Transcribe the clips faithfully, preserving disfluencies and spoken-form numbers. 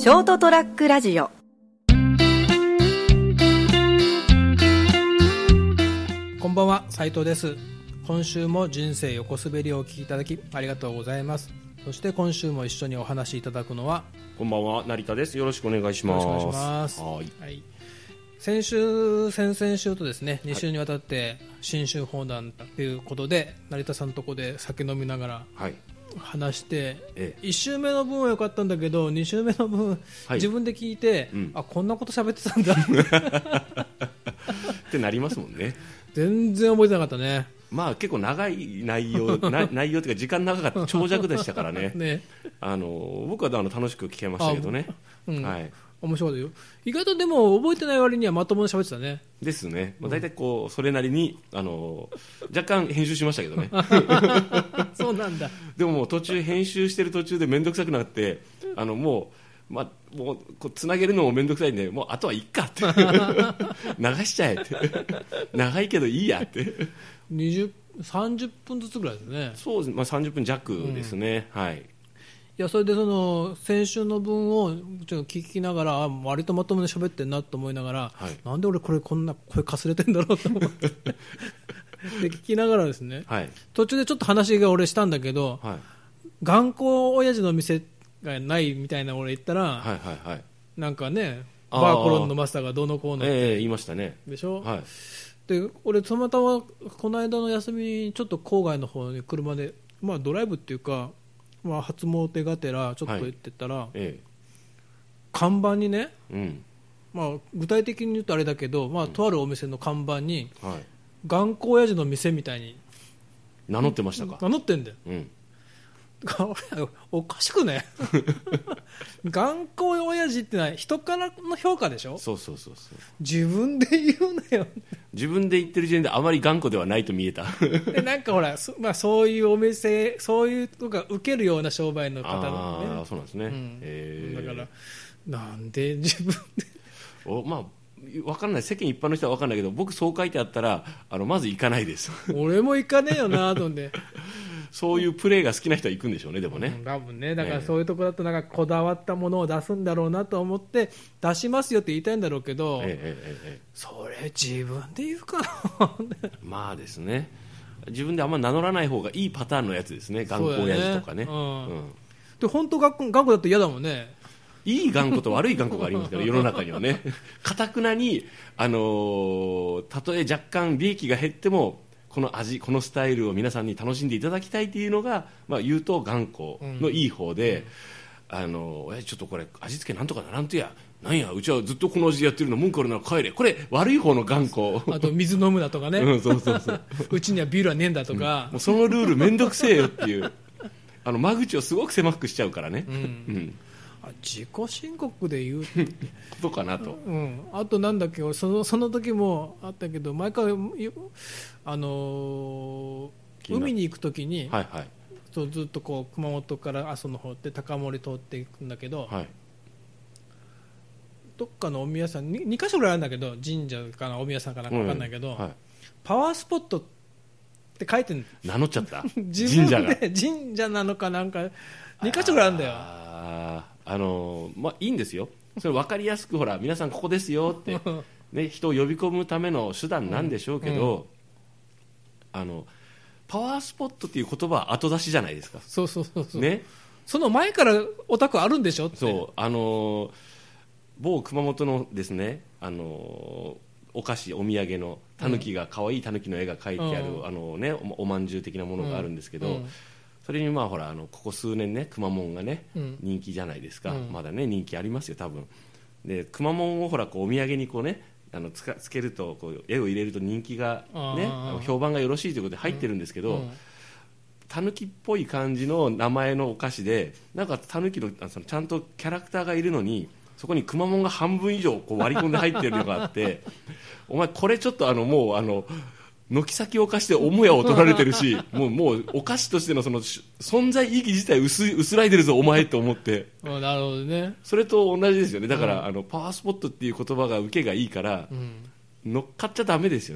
ショートトラックラジオ。 こんばんは、斉藤です。今週も人生横滑りをお聞きいただきありがとうございます。そして今週も一緒にお話しいただくのは、 こんばんは、成田です。よろしくお願いします。 よろしくお願いします。はいはい、先週先々週とですね、に週にわたって新春放談ということで、はい、成田さんのとこで酒飲みながら話して、はいええ、いち週目の分は良かったんだけどに週目の分、はい、自分で聞いて、うん、あこんなこと喋ってたんだってなりますもんね。 全然覚えてなかったね。 まあ結構長い内容な内容というか時間長かった長尺でしたから ね, ねあの僕はあの楽しく聞けましたけどね、 うんはい、面白かったよ。意外とでも覚えてない割にはまともに喋ってたね。 ですね、まあ、大体こうそれなりにあの若干編集しましたけどねそうなんだ。 でももう途中編集してる途中で面倒くさくなってあのもうまあ、もうこうつなげるのも面倒くさいんでもうあとはいいかって流しちゃえって長いけどいいやってにじゅう、さんじゅっぷんずつぐらいですね。 そうです、まあ、さんじゅっぷん弱ですね、うん、はい。いやそれでその先週の分をちょっと聞きながら割とまともに喋ってんなと思いながら、はい、なんで俺これこんな声かすれてんだろうと思ってで聞きながらですね、はい、途中でちょっと話が俺したんだけど、はい、頑固親父の店がないみたいな俺言ったら、はいはいはい、なんかねバーコロンのマスターがどうのこうのって、 えー、言いましたね。 でしょ、 はい、 で俺たまたまこの間の休みにちょっと郊外の方に車で、まあ、ドライブっていうか、まあ、初詣がてらちょっと行ってたら、はいええ、看板にね、うんまあ、具体的に言うとあれだけど、まあ、とあるお店の看板に、うんはい、頑固親父の店みたいに名乗ってましたか。 名乗ってんだよ、うんおかしくね頑固親父ってのは人からの評価でしょ。 そうそうそうそう、 自分で言うなよ自分で言ってる時点であまり頑固ではないと見えたでなんかほら そ,、まあ、そういうお店そういうとか受けるような商売の方なのね。 ああそうなんですね、うんえー、 だからなんで自分でおまあ分かんない、世間一般の人は分かんないけど僕そう書いてあったらあのまず行かないです俺も行かねえよなと思ってそういうプレーが好きな人は行くんでしょうね。でもね、 うん、多分ねだからそういうところだとなんかこだわったものを出すんだろうなと思って出しますよって言いたいんだろうけど、ええええ、それ自分で言うかなまあですね、自分であんま名乗らない方がいいパターンのやつですね。頑固親父とかね。うんうん、 で本当頑固だと嫌だもんね。 いい頑固と悪い頑固がありますから世の中にはね。かたくなに、あのー、たとえ若干利益が減ってもこの味このスタイルを皆さんに楽しんでいただきたいというのが、まあ、言うと頑固のいい方で、うん、あのー、ちょっとこれ味付けなんとかならんとやなんやうちはずっとこの味やってるの文句あるなら帰れ、これ悪い方の頑固。 あと水飲むだとかね、うん、そうそうそううちにはビールはねえんだとか、 うん、もうそのルールめんどくせえよっていうあの間口をすごく狭くしちゃうからね、うんうん自己申告で言うどうかなと、 うん、あとなんだっけその、その時もあったけど毎回、あのー、海に行く時に、はいはい、そうずっとこう熊本から阿蘇の方って高森通っていくんだけど、はい、どっかのお宮さん 2, 2か所ぐらいあるんだけど神社かなお宮さんかなんか分かんないけど、うんはい、パワースポットって書いてる名乗っちゃった自分で神社なのかなんかにか所ぐらいあるんだよ。 ああのまあいいんですよ、それ分かりやすくほら皆さんここですよって、ね、人を呼び込むための手段なんでしょうけど、うんうん、あのパワースポットっていう言葉は後出しじゃないですか。 そうそうそうそう、ね、その前からお宅あるんでしょって。 そうあの某熊本のですねあのお菓子お土産のタヌキが可愛いタヌキの絵が描いてある、うん、あのね お, おまんじゅう的なものがあるんですけど、うんうんそれにまあほらあのここ数年ねくまモンがね、うん、人気じゃないですか、うん、まだね人気ありますよ多分でくまモンをほらこうお土産にこうねあの つ, かつけるとこう絵を入れると人気がね評判がよろしいということで入ってるんですけど、うんうん、タヌキっぽい感じの名前のお菓子でなんかタヌキ の, そのちゃんとキャラクターがいるのにそこにくまモンが半分以上こう割り込んで入ってるのがあってお前これちょっとあのもうあの軒先を貸して母屋を取られてるしもう、もうお菓子としてのその存在意義自体 薄, 薄らいでるぞお前と思ってなるほどね。 それと同じですよね。だから、うん、あのパワースポットっていう言葉が受けがいいから、うん、乗っかっちゃダメですよね。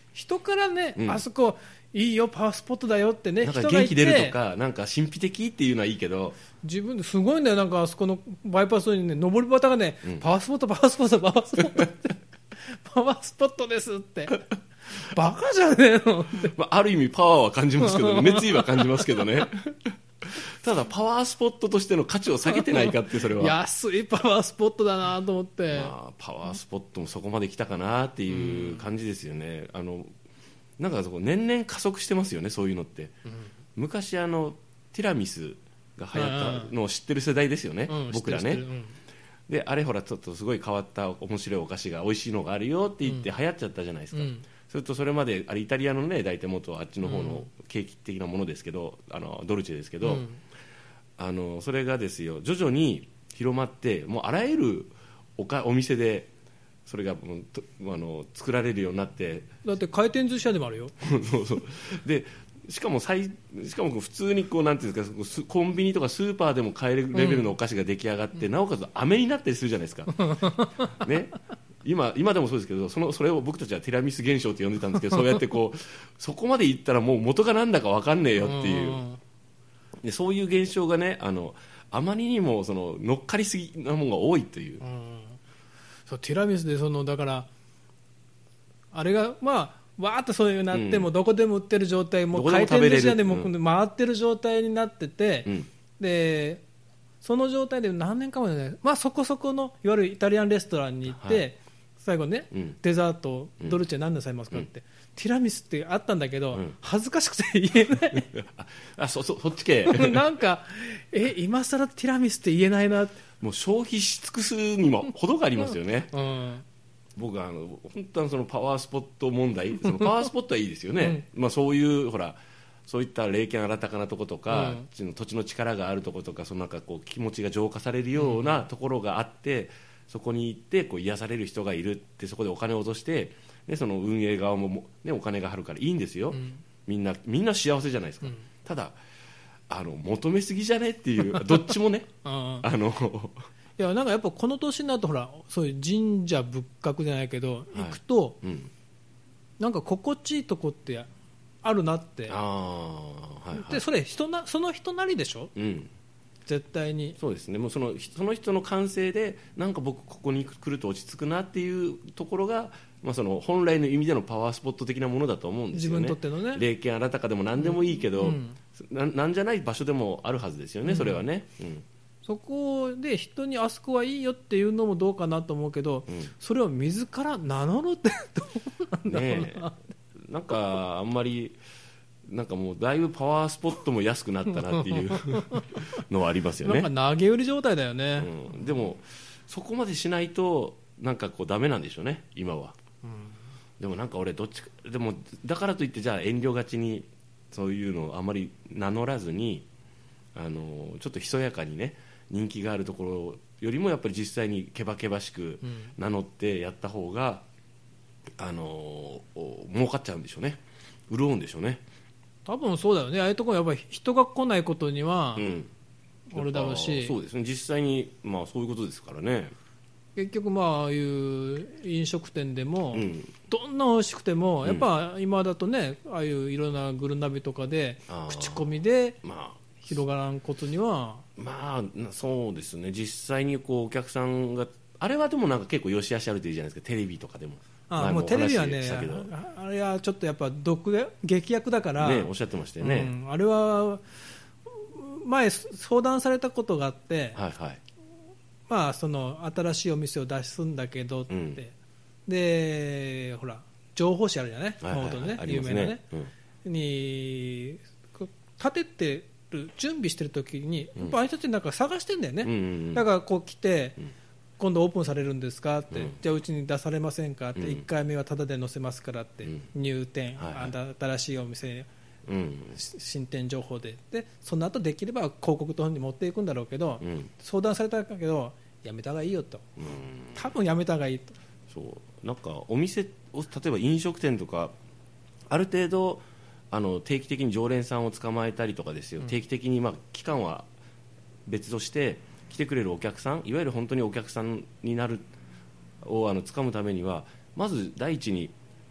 人からね、 うん、 あそこいいよパワースポットだよってね、 なんか人がいて元気出るとかなんか神秘的っていうのはいいけど、 自分ですごいんだよ、なんかあそこのバイパスにね上り旗がね、うん、パワースポットパワースポットパワースポットってパワースポットですってバカじゃねえのって、 まあ、ある意味パワーは感じますけど熱意は感じますけどねただパワースポットとしての価値を下げてないかって、それは安いパワースポットだなと思って、 まあ、パワースポットもそこまで来たかなっていう感じですよね、うん、あのなんかそこ年々加速してますよね、そういうのって、うん、昔あのティラミスが流行ったのを知ってる世代ですよね、うん、僕らね、うん、であれほらちょっとすごい変わった面白いお菓子が美味しいのがあるよって言って流行っちゃったじゃないですか、うん、それとそれまであれイタリアのね大体元あっちの方の景気的なものですけど、あのドルチェですけど、うん、あのそれがですよ徐々に広まって、もうあらゆる お, かお店でそれがもうとあの作られるようになって、 だって回転寿司屋でもあるよそうそうでしかも最しかも普通にこうなんていうんですか、コンビニとかスーパーでも買えるレベルのお菓子が出来上がって、うん、なおかつ飴になったりするじゃないですかね、今, 今でもそうですけど、そのそれを僕たちはティラミス現象って呼んでたんですけど、そうやってこうそこまでいったらもう元がなんだか分かんねえよっていう、うん、でそういう現象がね、あのあまりにもその乗っかりすぎなものが多いという、うん、 そうティラミスでそのだからあれがまあわーっとそういうなって、うん、もうどこでも売ってる状態、もう回転寿司屋でも回ってる状態になってて、うん、でその状態で何年か前で、ね、まあ、そこそこのいわゆるイタリアンレストランに行って、はい、最後ね、うん、デザートドルチェ何でされますかって、ティラミスってあったんだけど、恥ずかしくて言えないあ そ, そ, そっち系なんかえ今更ティラミスって言えないな、 もう消費し尽くすにも程がありますよね、 うん、 僕はあの本当にそのパワースポット問題、そのパワースポットはいいですよね、うん、まあ、そういうほらそういった霊験新たかなとことか、うん、土地の力があるとことか、そのなんかこう気持ちが浄化されるようなところがあって、うん、そこに行ってこう癒される人がいるって、そこでお金を落として、ね、その運営側も、ね、お金があるからいいんですよ、うん、みんなみんな幸せじゃないですか、うん、ただあの求めすぎじゃねっていうどっちもねあのいやなんかやっぱこの年になるとほらそういう神社仏閣じゃないけど、はい、行くと、うん、なんか心地いいとこってあるなって、 あ、はいはい、 でそれ人なその人なりでしょ、うん、絶対にそうですね、もうそのその人の感性でなんか僕ここに来ると落ち着くなっていうところが、まあ、その本来の意味でのパワースポット的なものだと思うんですよね。 自分にとってのね、 霊験新たかでも何でもいいけど、うん、な, なんじゃない場所でもあるはずですよね、うん、それはね、うん、 そこで人にあそこはいいよっていうのもどうかなと思うけど、うん、それを自ら名乗るってどうなんだろうな、ね、 なんかあんまりなんかもうだいぶパワースポットも安くなったなっていうのはありますよね。 なんか投げ売り状態だよね、 うん、でもそこまでしないとなんかこうダメなんでしょうね今は、うん、でもなんか俺どっちかでもだからといってじゃあ遠慮がちにそういうのをあまり名乗らずに、あのちょっとひそやかにね人気があるところよりもやっぱり実際にけばけばしく名乗ってやった方が、うん、あの儲かっちゃうんでしょうね、潤うんでしょうね。 多分そうだよね、ああいうところやっぱり人が来ないことには、うん、俺だろうし、 そうですね、実際に、まあ、そういうことですからね。 結局まあああいう飲食店でも、うん、どんな美味しくてもやっぱ今だとね、ああいういろんなグルナビとかで口コミで広がらんことには、 まあ、まあそうですね、実際にこうお客さんがあれはでもなんか結構良し悪しあるというじゃないですか、テレビとかでも。 ああもうテレビはね、あれはちょっとやっぱ毒で劇薬だから、 ね、おっしゃってましたよね、 うん、あれは前相談されたことがあって、 はいはい、 まあ、その新しいお店を出すんだけどって、うん、でほら情報誌あるじゃない、はいはいはい、ね、有名なね、うん、に立ててる準備してる時に、うん、やっぱあいつたちなんか探してんだよね、うんうんうん、だからこう来て、うん、今度オープンされるんですかって、うん、じゃあうちに出されませんかって、うん、いっかいめはタダで載せますからって、うん、入店、はいはい、新しいお店、うん、新店情報で、でその後できれば広告等に持っていくんだろうけど、うん、相談されたけどやめた方がいいよと、うん、多分やめた方がいいと。 そうなんかお店を例えば飲食店とかある程度あの定期的に常連さんを捕まえたりとかですよ、うん、定期的に、まあ、期間は別として来てくれるお客さん、いわゆる本当にお客さんになるをあの掴むためにはまず第一に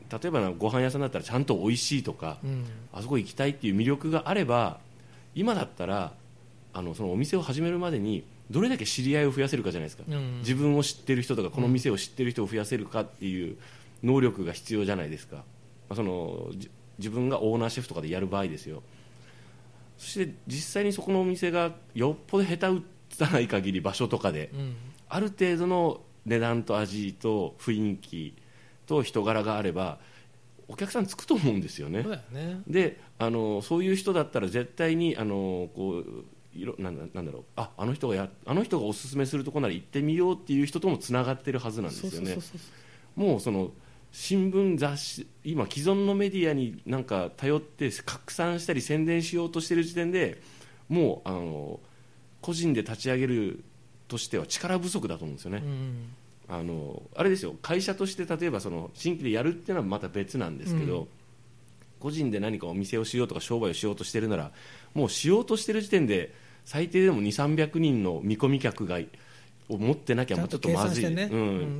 例えばご飯屋さんだったらちゃんと美味しいとか、うん、あそこ行きたいっていう魅力があれば、今だったらあのそのお店を始めるまでにどれだけ知り合いを増やせるかじゃないですか、うん、自分を知ってる人とかこの店を知ってる人を増やせるかっていう能力が必要じゃないですか、まあ、その自分がオーナーシェフとかでやる場合ですよ。そして実際にそこのお店がよっぽど下手打たない限り場所とかで、うん、ある程度の値段と味と雰囲気と人柄があればお客さんつくと思うんですよね。 そうだよね。 であのそういう人だったら絶対にあのこういろなんだ、なんだろう、ああの人がやあの人がおすすめするところなら行ってみようっていう人ともつながってるはずなんですよね。もうその新聞雑誌今既存のメディアになんか頼って拡散したり宣伝しようとしている時点でもうあの個人で立ち上げるとしては力不足だと思うんですよね。うんあのあれですよ、会社として例えばその新規でやるっていうのはまた別なんですけど、うん、個人で何かお店をしようとか商売をしようとしているならもうしようとしている時点で最低でもにせんさんびゃくにんの見込み客がを持ってなきゃもうちょっとまずい、 ねうん、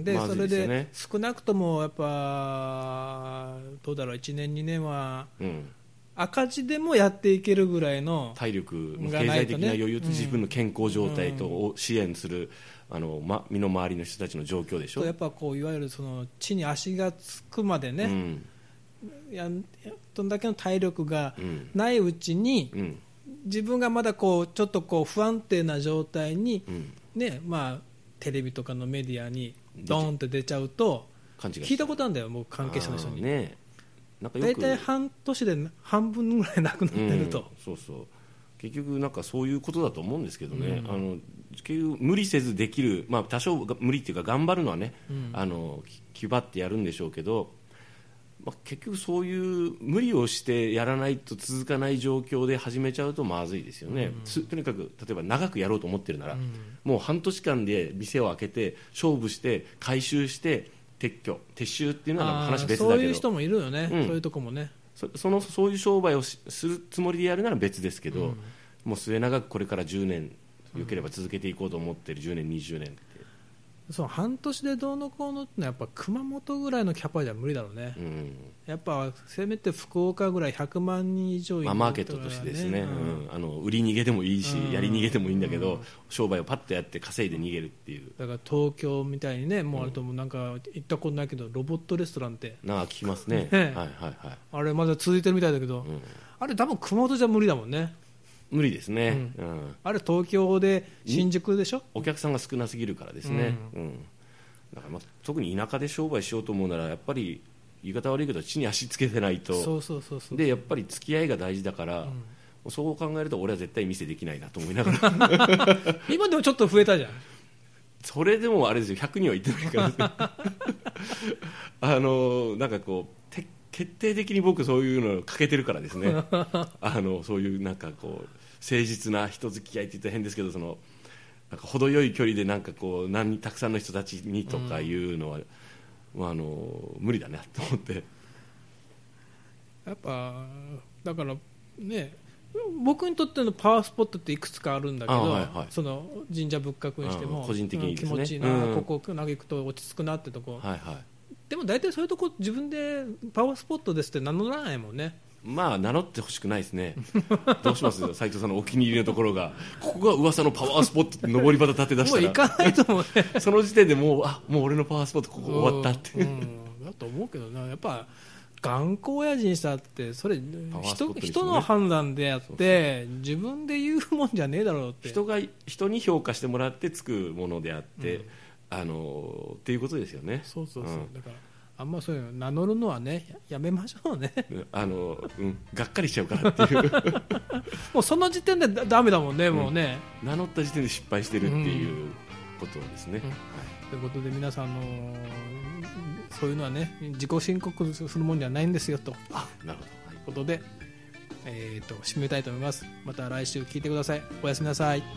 で、まずいですよね。それで少なくともやっぱどうだろういちねんにねんは、うん赤字でもやっていけるぐらいの体力、経済的な余裕と自分の健康状態とを支援する、あのま、身の回りの人たちの状況でしょ。 やっぱこういわゆるその地に足がつくまでね、うん、やどんだけの体力がないうちに、うん、自分がまだこうちょっとこう不安定な状態に、うんねまあ、テレビとかのメディアにドーンって出ちゃうと聞いたことあるんだよ、もう関係者の人に。ねなんかよく大体半年で半分ぐらいなくなってると、うん、 そうそう結局なんかそういうことだと思うんですけどね、うん、あの結局無理せずできる、まあ、多少無理っていうか頑張るのはね、うん、あの気張ってやるんでしょうけど、まあ、結局そういう無理をしてやらないと続かない状況で始めちゃうとまずいですよね、うん、とにかく例えば長くやろうと思ってるなら、うん、もう半年間で店を開けて勝負して回収して撤去撤収っていうのは話別だけど、 そういう人もいるよね、うん、そういうとこもねそ, そ, のそういう商売をするつもりでやるなら別ですけど、うん、もう末永くこれからじゅうねんよければ続けていこうと思ってるじゅうねんにじゅうねんって、 そう半年でどうのこうのってのはやっぱ熊本ぐらいのキャパじゃ無理だろうね、うん、やっぱせめて福岡ぐらいひゃくまんにん以上いる、ねまあ、 マーケットとしてですね、うんうん、あの売り逃げでもいいし、うん、やり逃げでもいいんだけど、うん、商売をパッとやって稼いで逃げるっていう。 だから東京みたいにねもうあれともなんか行ったことないけどロボットレストランってなんか聞きますね、ねはいはいはい、 あれまだ続いてるみたいだけど、うん、あれ多分熊本じゃ無理だもんね。 無理ですね、 うんうん、あれ東京で新宿でしょ。 お客さんが少なすぎるからですね、うんうんだからまあ特に田舎で商売しようと思うならやっぱり言い方悪いけど地に足つけてないと。 そうそうそうそうでやっぱり付き合いが大事だから、うん、そう考えると俺は絶対店できないなと思いながら今でもちょっと増えたじゃん。 それでもあれですよひゃくにんは行ってないからあのなんかこうて決定的に僕そういうのを欠けてるからですねあのそういうなんかこう誠実な人付き合いって言ったら変ですけどそのなんか程よい距離でなんかこう何たくさんの人たちにとかいうのは、うんまあ、あの無理だねと思ってやっぱだからね僕にとってのパワースポットっていくつかあるんだけど、はいはい、その神社仏閣にしても個人的にですね、 気持ちいいな、うん、ここ投げ行くと落ち着くなってとこ、はいはい、でも大体そういうとこ自分でパワースポットですって名乗らないもんね。 まあ名乗ってほしくないですねどうします斉藤さんのお気に入りのところがここが噂のパワースポットって上り旗立て出したらもう行かないと思うねその時点でもうあもう俺のパワースポットここ終わったって、うん、 だと思うけどなやっぱ頑固親父にしたってそれ 人, 人の判断であってそうそう自分で言うもんじゃねえだろうって人が人に評価してもらってつくものであって、うん、あのっていうことですよね。 そうそうそう、うん、だからあんまそういうの名乗るのはね や, やめましょうねあの、うん、がっかりしちゃうからっていうもうその時点でだダメだもんね、うん、もうね名乗った時点で失敗してるっていうことですね、うんうんはい、 ということで皆さんのそういうのはね自己申告するもんじゃないんですよとあなるほど、 はい、ということで、えー、と締めたいと思います。また来週聞いてください。おやすみなさい。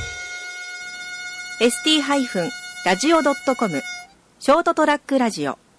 エスティー ラジオ ドットコム ショートトラックラジオ